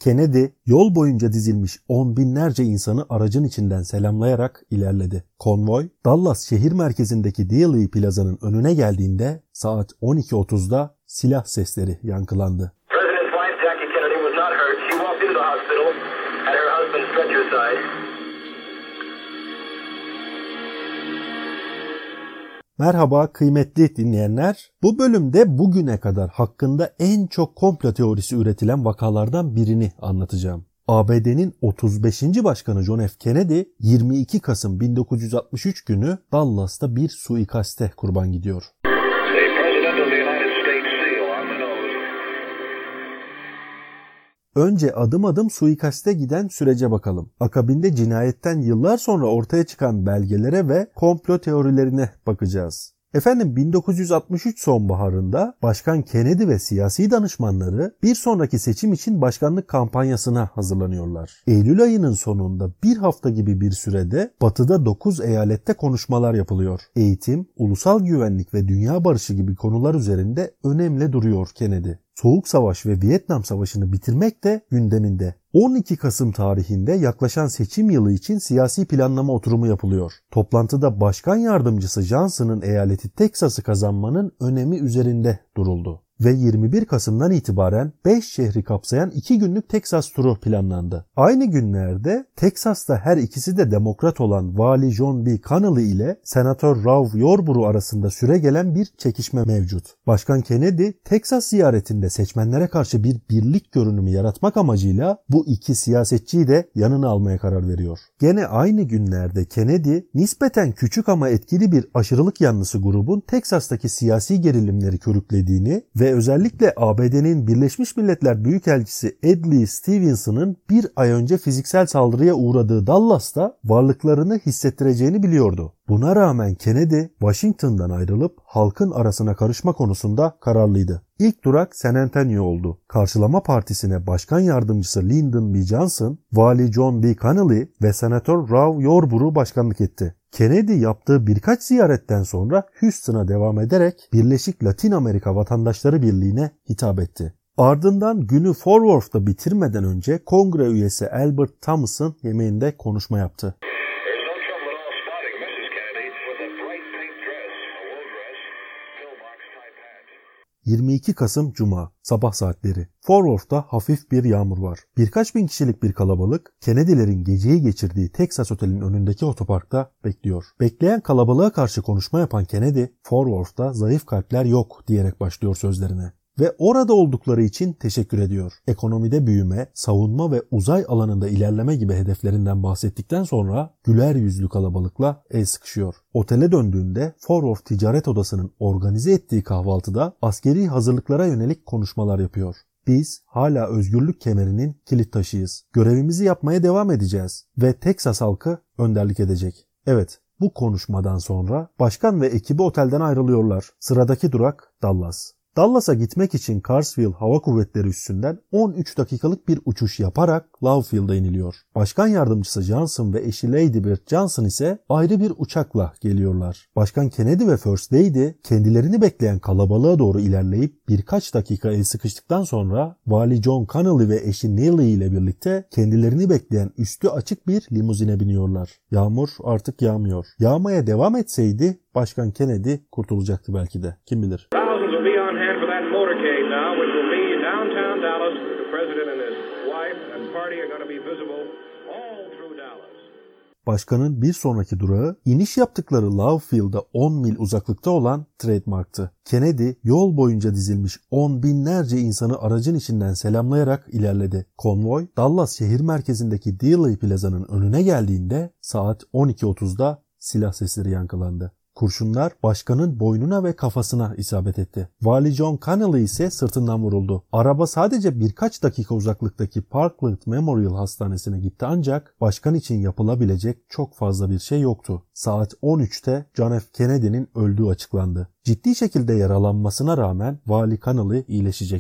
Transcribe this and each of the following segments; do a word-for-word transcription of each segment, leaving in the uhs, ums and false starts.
Kennedy yol boyunca dizilmiş on binlerce insanı aracın içinden selamlayarak ilerledi. Konvoy Dallas şehir merkezindeki Dealey Plaza'nın önüne geldiğinde saat on iki otuzda silah sesleri yankılandı. Merhaba kıymetli dinleyenler. Bu bölümde bugüne kadar hakkında en çok komplo teorisi üretilen vakalardan birini anlatacağım. A B D'nin otuz beşinci başkanı John F. Kennedy yirmi iki Kasım bin dokuz yüz altmış üç günü Dallas'ta bir suikaste kurban gidiyor. Önce adım adım suikaste giden sürece bakalım. Akabinde cinayetten yıllar sonra ortaya çıkan belgelere ve komplo teorilerine bakacağız. Efendim bin dokuz yüz altmış üç sonbaharında Başkan Kennedy ve siyasi danışmanları bir sonraki seçim için başkanlık kampanyasına hazırlanıyorlar. Eylül ayının sonunda bir hafta gibi bir sürede batıda dokuz eyalette konuşmalar yapılıyor. Eğitim, ulusal güvenlik ve dünya barışı gibi konular üzerinde önemli duruyor Kennedy. Soğuk Savaş ve Vietnam Savaşı'nı bitirmek de gündeminde. on iki Kasım tarihinde yaklaşan seçim yılı için siyasi planlama oturumu yapılıyor. Toplantıda Başkan Yardımcısı Johnson'ın eyaleti Teksas'ı kazanmanın önemi üzerinde duruldu. Ve yirmi bir Kasım'dan itibaren beş şehri kapsayan iki günlük Teksas turu planlandı. Aynı günlerde Teksas'ta her ikisi de demokrat olan Vali John B. Connally ile Senatör Ralph Yarborough arasında süregelen bir çekişme mevcut. Başkan Kennedy, Teksas ziyaretinde seçmenlere karşı bir birlik görünümü yaratmak amacıyla bu iki siyasetçiyi de yanına almaya karar veriyor. Gene aynı günlerde Kennedy, nispeten küçük ama etkili bir aşırılık yanlısı grubun Teksas'taki siyasi gerilimleri körüklediğini ve özellikle A B D'nin Birleşmiş Milletler Büyükelçisi Adlai Stevenson'ın bir ay önce fiziksel saldırıya uğradığı Dallas'ta varlıklarını hissettireceğini biliyordu. Buna rağmen Kennedy, Washington'dan ayrılıp halkın arasına karışma konusunda kararlıydı. İlk durak San Antonio oldu. Karşılama partisine Başkan Yardımcısı Lyndon B. Johnson, Vali John B. Connally ve Senatör Ralph Yarborough başkanlık etti. Kennedy yaptığı birkaç ziyaretten sonra Houston'a devam ederek Birleşik Latin Amerika Vatandaşları Birliği'ne hitap etti. Ardından günü Fort Worth'ta bitirmeden önce Kongre üyesi Albert Thomas'ın yemeğinde konuşma yaptı. yirmi iki Kasım Cuma sabah saatleri. Fort Worth'ta hafif bir yağmur var. Birkaç bin kişilik bir kalabalık Kennedy'lerin geceyi geçirdiği Texas Otel'in önündeki otoparkta bekliyor. Bekleyen kalabalığa karşı konuşma yapan Kennedy, Fort Worth'ta zayıf kalpler yok diyerek başlıyor sözlerine. Ve orada oldukları için teşekkür ediyor. Ekonomide büyüme, savunma ve uzay alanında ilerleme gibi hedeflerinden bahsettikten sonra güler yüzlü kalabalıkla el sıkışıyor. Otele döndüğünde Fort Worth Ticaret Odası'nın organize ettiği kahvaltıda askeri hazırlıklara yönelik konuşmalar yapıyor. Biz hala özgürlük kemerinin kilit taşıyız. Görevimizi yapmaya devam edeceğiz ve Teksas halkı önderlik edecek. Evet, bu konuşmadan sonra başkan ve ekibi otelden ayrılıyorlar. Sıradaki durak Dallas. Dallas'a gitmek için Carsville Hava Kuvvetleri üssünden on üç dakikalık bir uçuş yaparak Love Field'a iniliyor. Başkan Yardımcısı Johnson ve eşi Lady Bird Johnson ise ayrı bir uçakla geliyorlar. Başkan Kennedy ve First Lady kendilerini bekleyen kalabalığa doğru ilerleyip birkaç dakika el sıkıştıktan sonra Vali John Connally ve eşi Neely ile birlikte kendilerini bekleyen üstü açık bir limuzine biniyorlar. Yağmur artık yağmıyor. Yağmaya devam etseydi Başkan Kennedy kurtulacaktı belki de. Kim bilir? Başkanın bir sonraki durağı iniş yaptıkları Love Field'a on mil uzaklıkta olan Trademark'tı. Kennedy yol boyunca dizilmiş on binlerce insanı aracın içinden selamlayarak ilerledi. Konvoy Dallas şehir merkezindeki Dealey Plaza'nın önüne geldiğinde saat on iki otuzda silah sesleri yankılandı. Kurşunlar başkanın boynuna ve kafasına isabet etti. Vali John Connally ise sırtından vuruldu. Araba sadece birkaç dakika uzaklıktaki Parkland Memorial Hastanesi'ne gitti ancak başkan için yapılabilecek çok fazla bir şey yoktu. Saat on üçte John F. Kennedy'nin öldüğü açıklandı. Ciddi şekilde yaralanmasına rağmen Vali Connally iyileşecekti.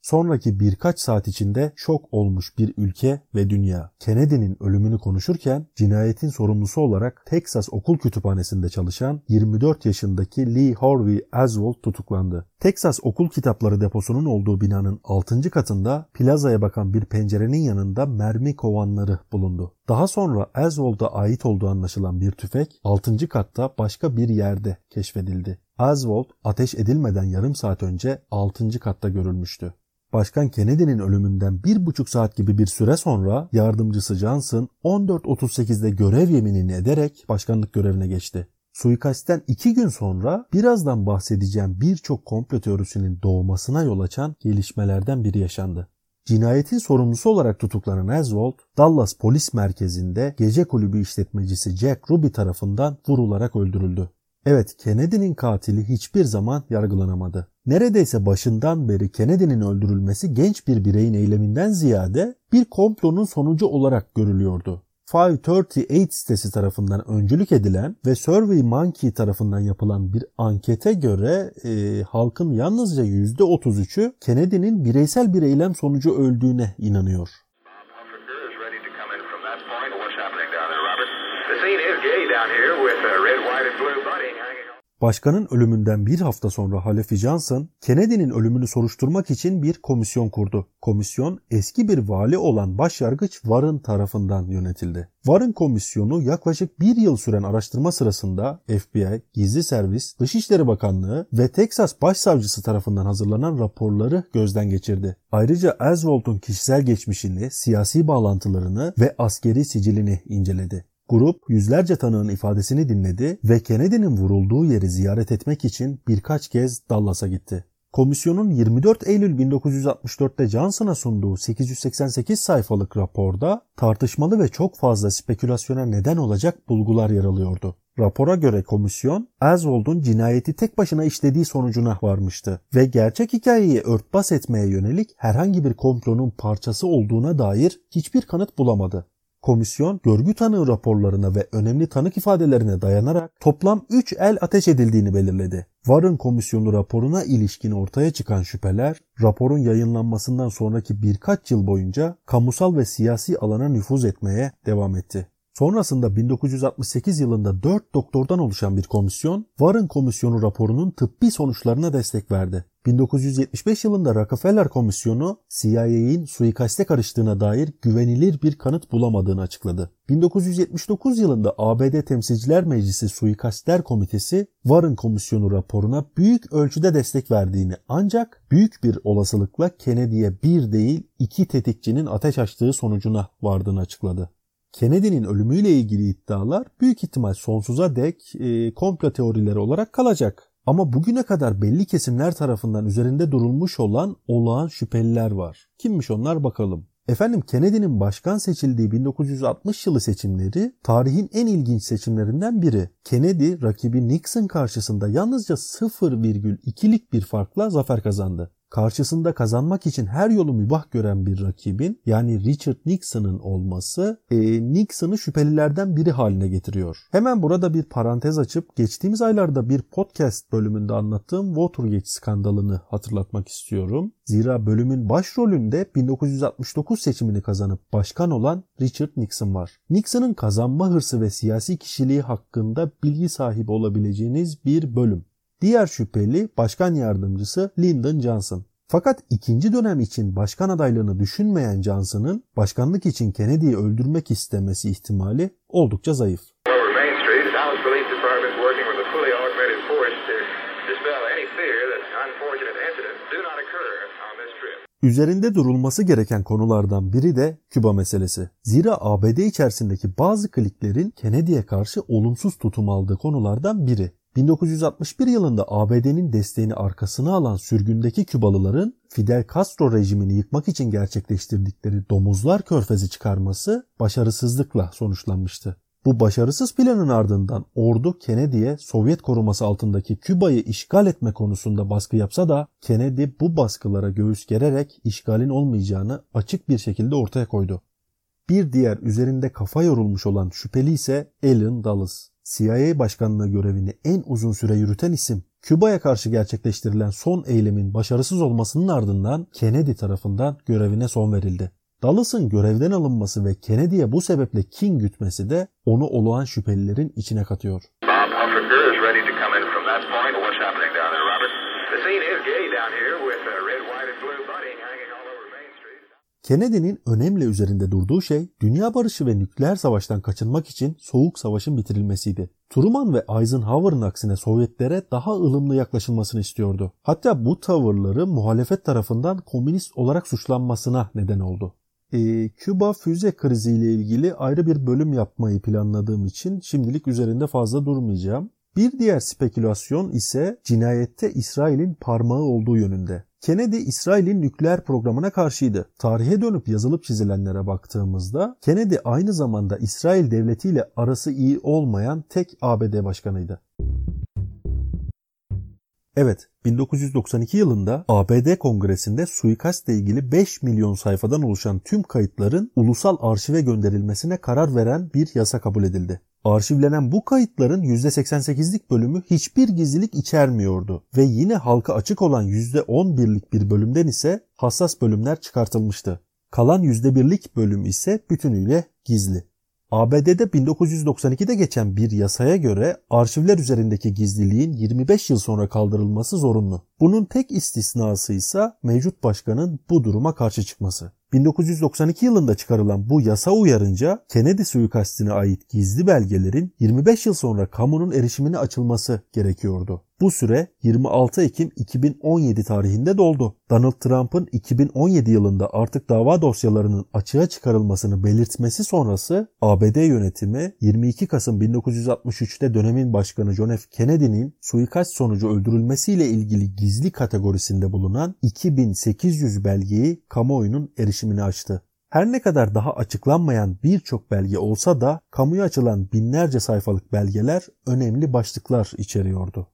Sonraki birkaç saat içinde şok olmuş bir ülke ve dünya. Kennedy'nin ölümünü konuşurken cinayetin sorumlusu olarak Texas Okul Kütüphanesi'nde çalışan yirmi dört yaşındaki Lee Harvey Oswald tutuklandı. Texas Okul Kitapları deposunun olduğu binanın altıncı katında plazaya bakan bir pencerenin yanında mermi kovanları bulundu. Daha sonra Oswald'a ait olduğu anlaşılan bir tüfek altıncı katta başka bir yerde keşfedildi. Oswald ateş edilmeden yarım saat önce altıncı katta görülmüştü. Başkan Kennedy'nin ölümünden bir buçuk saat gibi bir süre sonra yardımcısı Johnson on dört otuz sekizde görev yeminini ederek başkanlık görevine geçti. Suikastten iki gün sonra birazdan bahsedeceğim birçok komplo teorisinin doğmasına yol açan gelişmelerden biri yaşandı. Cinayetin sorumlusu olarak tutuklanan Oswald, Dallas Polis Merkezi'nde gece kulübü işletmecisi Jack Ruby tarafından vurularak öldürüldü. Evet, Kennedy'nin katili hiçbir zaman yargılanamadı. Neredeyse başından beri Kennedy'nin öldürülmesi genç bir bireyin eyleminden ziyade bir komplonun sonucu olarak görülüyordu. beş yüz otuz sekiz sitesi tarafından öncülük edilen ve SurveyMonkey tarafından yapılan bir ankete göre e, halkın yalnızca yüzde otuz üçü Kennedy'nin bireysel bir eylem sonucu öldüğüne inanıyor. Başkanın ölümünden bir hafta sonra Halefi Johnson, Kennedy'nin ölümünü soruşturmak için bir komisyon kurdu. Komisyon, eski bir vali olan Başyargıç Warren tarafından yönetildi. Warren Komisyonu yaklaşık bir yıl süren araştırma sırasında F B I, Gizli Servis, Dışişleri Bakanlığı ve Texas Başsavcısı tarafından hazırlanan raporları gözden geçirdi. Ayrıca Oswald'un kişisel geçmişini, siyasi bağlantılarını ve askeri sicilini inceledi. Grup yüzlerce tanığın ifadesini dinledi ve Kennedy'nin vurulduğu yeri ziyaret etmek için birkaç kez Dallas'a gitti. Komisyonun yirmi dört Eylül bin dokuz yüz altmış dörtte Johnson'a sunduğu sekiz yüz seksen sekiz sayfalık raporda tartışmalı ve çok fazla spekülasyona neden olacak bulgular yer alıyordu. Rapora göre komisyon, Oswald'un cinayeti tek başına işlediği sonucuna varmıştı ve gerçek hikayeyi örtbas etmeye yönelik herhangi bir komplonun parçası olduğuna dair hiçbir kanıt bulamadı. Komisyon, görgü tanığı raporlarına ve önemli tanık ifadelerine dayanarak toplam üç el ateş edildiğini belirledi. Warren Komisyonu raporuna ilişkin ortaya çıkan şüpheler, raporun yayınlanmasından sonraki birkaç yıl boyunca kamusal ve siyasi alana nüfuz etmeye devam etti. Sonrasında bin dokuz yüz altmış sekiz yılında dört doktordan oluşan bir komisyon, Warren Komisyonu raporunun tıbbi sonuçlarına destek verdi. bin dokuz yüz yetmiş beş yılında Rockefeller Komisyonu, C I A'nin suikaste karıştığına dair güvenilir bir kanıt bulamadığını açıkladı. bin dokuz yüz yetmiş dokuz yılında A B D Temsilciler Meclisi Suikastler Komitesi, Warren Komisyonu raporuna büyük ölçüde destek verdiğini ancak büyük bir olasılıkla Kennedy'ye bir değil iki tetikçinin ateş açtığı sonucuna vardığını açıkladı. Kennedy'nin ölümüyle ilgili iddialar büyük ihtimal sonsuza dek e, komplo teorileri olarak kalacak. Ama bugüne kadar belli kesimler tarafından üzerinde durulmuş olan olağan şüpheliler var. Kimmiş onlar bakalım. Efendim, Kennedy'nin başkan seçildiği bin dokuz yüz altmış yılı seçimleri tarihin en ilginç seçimlerinden biri. Kennedy rakibi Nixon karşısında yalnızca sıfır virgül ikilik bir farkla zafer kazandı. Karşısında kazanmak için her yolu mübah gören bir rakibin, yani Richard Nixon'ın olması e, Nixon'ı şüphelilerden biri haline getiriyor. Hemen burada bir parantez açıp geçtiğimiz aylarda bir podcast bölümünde anlattığım Watergate skandalını hatırlatmak istiyorum. Zira bölümün başrolünde bin dokuz yüz altmış dokuz seçimini kazanıp başkan olan Richard Nixon var. Nixon'ın kazanma hırsı ve siyasi kişiliği hakkında bilgi sahibi olabileceğiniz bir bölüm. Diğer şüpheli başkan yardımcısı Lyndon Johnson. Fakat ikinci dönem için başkan adaylığını düşünmeyen Johnson'ın başkanlık için Kennedy'yi öldürmek istemesi ihtimali oldukça zayıf. Üzerinde durulması gereken konulardan biri de Küba meselesi. Zira A B D içerisindeki bazı kliklerin Kennedy'ye karşı olumsuz tutum aldığı konulardan biri. bin dokuz yüz altmış bir yılında A B D'nin desteğini arkasına alan sürgündeki Kübalıların Fidel Castro rejimini yıkmak için gerçekleştirdikleri Domuzlar Körfezi çıkarması başarısızlıkla sonuçlanmıştı. Bu başarısız planın ardından ordu Kennedy'ye Sovyet koruması altındaki Küba'yı işgal etme konusunda baskı yapsa da Kennedy bu baskılara göğüs gererek işgalin olmayacağını açık bir şekilde ortaya koydu. Bir diğer üzerinde kafa yorulmuş olan şüpheli ise Allen Dulles. C I A başkanlığı görevini en uzun süre yürüten isim. Küba'ya karşı gerçekleştirilen son eylemin başarısız olmasının ardından Kennedy tarafından görevine son verildi. Dulles'ın görevden alınması ve Kennedy'ye bu sebeple kin gütmesi de onu olağan şüphelilerin içine katıyor. Kennedy'nin önemli üzerinde durduğu şey dünya barışı ve nükleer savaştan kaçınmak için Soğuk Savaş'ın bitirilmesiydi. Truman ve Eisenhower'ın aksine Sovyetlere daha ılımlı yaklaşılmasını istiyordu. Hatta bu tavırları muhalefet tarafından komünist olarak suçlanmasına neden oldu. Ee, Küba füze kriziyle ilgili ayrı bir bölüm yapmayı planladığım için şimdilik üzerinde fazla durmayacağım. Bir diğer spekülasyon ise cinayette İsrail'in parmağı olduğu yönünde. Kennedy İsrail'in nükleer programına karşıydı. Tarihe dönüp yazılıp çizilenlere baktığımızda Kennedy aynı zamanda İsrail devletiyle arası iyi olmayan tek A B D başkanıydı. Evet, bin dokuz yüz doksan iki yılında A B D Kongresi'nde suikastle ilgili beş milyon sayfadan oluşan tüm kayıtların ulusal arşive gönderilmesine karar veren bir yasa kabul edildi. Arşivlenen bu kayıtların yüzde seksen sekizlik bölümü hiçbir gizlilik içermiyordu ve yine halka açık olan yüzde on birlik bir bölümden ise hassas bölümler çıkartılmıştı. Kalan yüzde birlik bölüm ise bütünüyle gizli. A B D'de bin dokuz yüz doksan ikide geçen bir yasaya göre arşivler üzerindeki gizliliğin yirmi beş yıl sonra kaldırılması zorunlu. Bunun tek istisnası ise mevcut başkanın bu duruma karşı çıkması. bin dokuz yüz doksan iki yılında çıkarılan bu yasa uyarınca Kennedy suikastine ait gizli belgelerin yirmi beş yıl sonra kamunun erişimine açılması gerekiyordu. Bu süre yirmi altı Ekim iki bin on yedi tarihinde doldu. Donald Trump'ın iki bin on yedi yılında artık dava dosyalarının açığa çıkarılmasını belirtmesi sonrası A B D yönetimi yirmi iki Kasım bin dokuz yüz altmış üçte dönemin başkanı John F. Kennedy'nin suikast sonucu öldürülmesiyle ilgili gizli kategorisinde bulunan iki bin sekiz yüz belgeyi kamuoyunun erişimine açtı. Her ne kadar daha açıklanmayan birçok belge olsa da kamuya açılan binlerce sayfalık belgeler önemli başlıklar içeriyordu.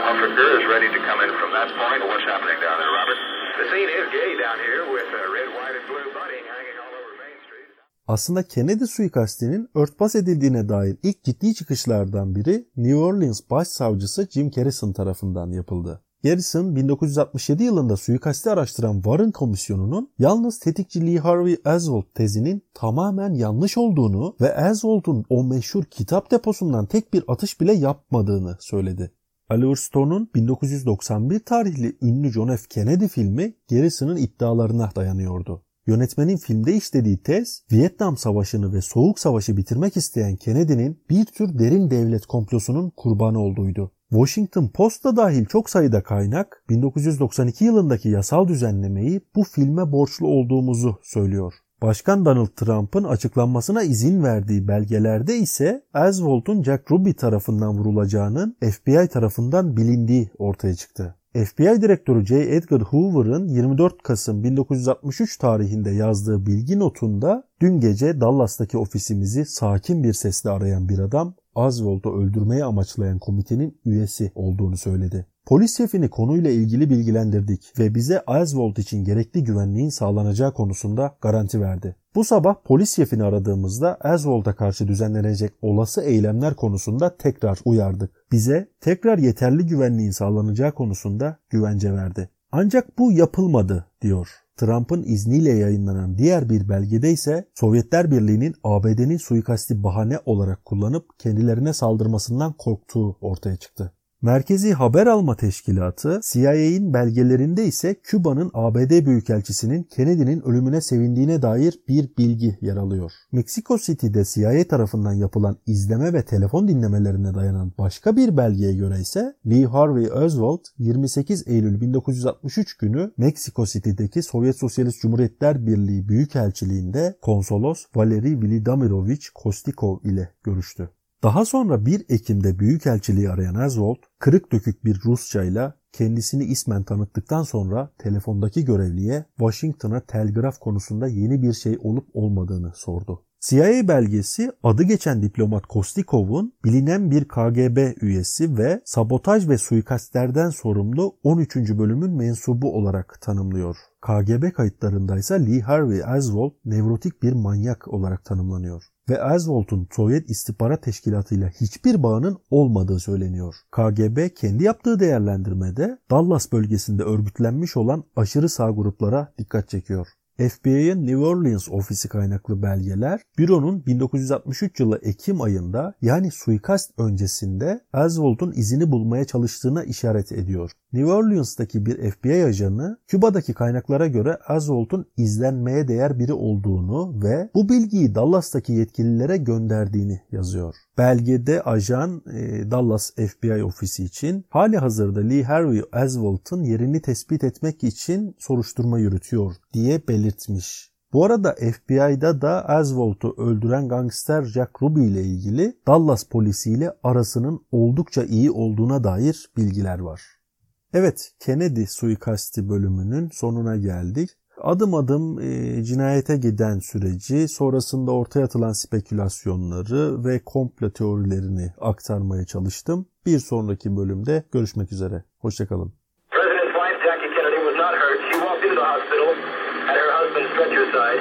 Aslında Kennedy suikastinin örtbas edildiğine dair ilk ciddi çıkışlardan biri New Orleans Başsavcısı Jim Garrison tarafından yapıldı. Garrison bin dokuz yüz altmış yedi yılında suikasti araştıran Warren Komisyonu'nun yalnız tetikçi Lee Harvey Oswald tezinin tamamen yanlış olduğunu ve Oswald'un o meşhur kitap deposundan tek bir atış bile yapmadığını söyledi. Oliver Stone'un bin dokuz yüz doksan bir tarihli ünlü John F. Kennedy filmi Garrison'ın iddialarına dayanıyordu. Yönetmenin filmde işlediği tez, Vietnam Savaşı'nı ve Soğuk Savaşı bitirmek isteyen Kennedy'nin bir tür derin devlet komplosunun kurbanı olduğuydu. Washington Post'ta dahil çok sayıda kaynak bin dokuz yüz doksan iki yılındaki yasal düzenlemeyi bu filme borçlu olduğumuzu söylüyor. Başkan Donald Trump'ın açıklanmasına izin verdiği belgelerde ise Oswald'un Jack Ruby tarafından vurulacağının F B I tarafından bilindiği ortaya çıktı. F B I Direktörü J. Edgar Hoover'ın yirmi dört Kasım bin dokuz yüz altmış üç tarihinde yazdığı bilgi notunda dün gece Dallas'taki ofisimizi sakin bir sesle arayan bir adam Oswald'u öldürmeyi amaçlayan komitenin üyesi olduğunu söyledi. Polis şefini konuyla ilgili bilgilendirdik ve bize Oswald için gerekli güvenliğin sağlanacağı konusunda garanti verdi. Bu sabah polis şefini aradığımızda Oswald'a karşı düzenlenecek olası eylemler konusunda tekrar uyardık. Bize tekrar yeterli güvenliğin sağlanacağı konusunda güvence verdi. Ancak bu yapılmadı diyor. Trump'ın izniyle yayınlanan diğer bir belgede ise Sovyetler Birliği'nin A B D'nin suikasti bahane olarak kullanıp kendilerine saldırmasından korktuğu ortaya çıktı. Merkezi Haber Alma Teşkilatı C I A'nin belgelerinde ise Küba'nın A B D Büyükelçisi'nin Kennedy'nin ölümüne sevindiğine dair bir bilgi yer alıyor. Mexico City'de C I A tarafından yapılan izleme ve telefon dinlemelerine dayanan başka bir belgeye göre ise Lee Harvey Oswald yirmi sekiz Eylül bin dokuz yüz altmış üç günü Mexico City'deki Sovyet Sosyalist Cumhuriyetler Birliği Büyükelçiliğinde konsolos Valery Vladimirovich Kostikov ile görüştü. Daha sonra bir Ekim'de Büyükelçiliği arayan Oswald, kırık dökük bir Rusçayla kendisini ismen tanıttıktan sonra telefondaki görevliye Washington'a telgraf konusunda yeni bir şey olup olmadığını sordu. C I A belgesi adı geçen diplomat Kostikov'un bilinen bir K G B üyesi ve sabotaj ve suikastlerden sorumlu on üçüncü bölümün mensubu olarak tanımlıyor. K G B kayıtlarındaysa Lee Harvey Oswald nevrotik bir manyak olarak tanımlanıyor. ve Oswald'un Sovyet İstihbarat Teşkilatı ile hiçbir bağının olmadığı söyleniyor. K G B kendi yaptığı değerlendirmede Dallas bölgesinde örgütlenmiş olan aşırı sağ gruplara dikkat çekiyor. F B I'ın New Orleans ofisi kaynaklı belgeler, büronun bin dokuz yüz altmış üç yılı Ekim ayında yani suikast öncesinde Oswald'un izini bulmaya çalıştığına işaret ediyor. New Orleans'taki bir F B I ajanı, Küba'daki kaynaklara göre Oswald'un izlenmeye değer biri olduğunu ve bu bilgiyi Dallas'taki yetkililere gönderdiğini yazıyor. Belgede ajan e, Dallas F B I ofisi için hali hazırda Lee Harvey Oswald'ın yerini tespit etmek için soruşturma yürütüyor diye belirtmiş. Bu arada F B I'da da Oswald'u öldüren gangster Jack Ruby ile ilgili Dallas polisiyle arasının oldukça iyi olduğuna dair bilgiler var. Evet, Kennedy suikasti bölümünün sonuna geldik. Adım adım e, cinayete giden süreci, sonrasında ortaya atılan spekülasyonları ve komplo teorilerini aktarmaya çalıştım. Bir sonraki bölümde görüşmek üzere. Hoşçakalın. President's wife, Jackie Kennedy, was not hurt. She walked into the hospital at her husband's stretcher side.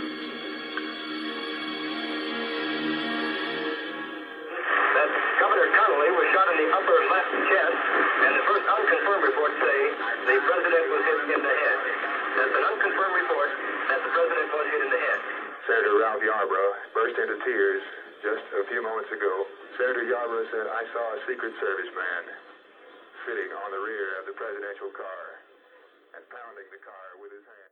That Governor Connolly was shot in the upper left chest, and the first unconfirmed reports say the president was hit in the head. That's an unconfirmed report that the president was hit in the head. Senator Ralph Yarborough burst into tears just a few moments ago. Senator Yarborough said, "I saw a Secret Service man sitting on the rear of the presidential car and pounding the car with his hand."